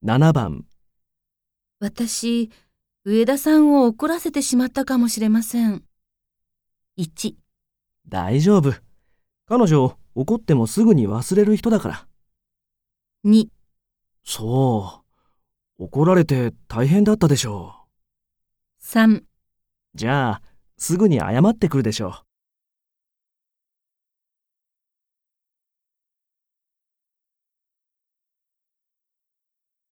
7番。 私、上田さんを怒らせてしまったかもしれません。1、 大丈夫。彼女、怒ってもすぐに忘れる人だから。 2、 そう。怒られて大変だったでしょ 3 う。じゃあ、すぐに謝ってくるでしょう。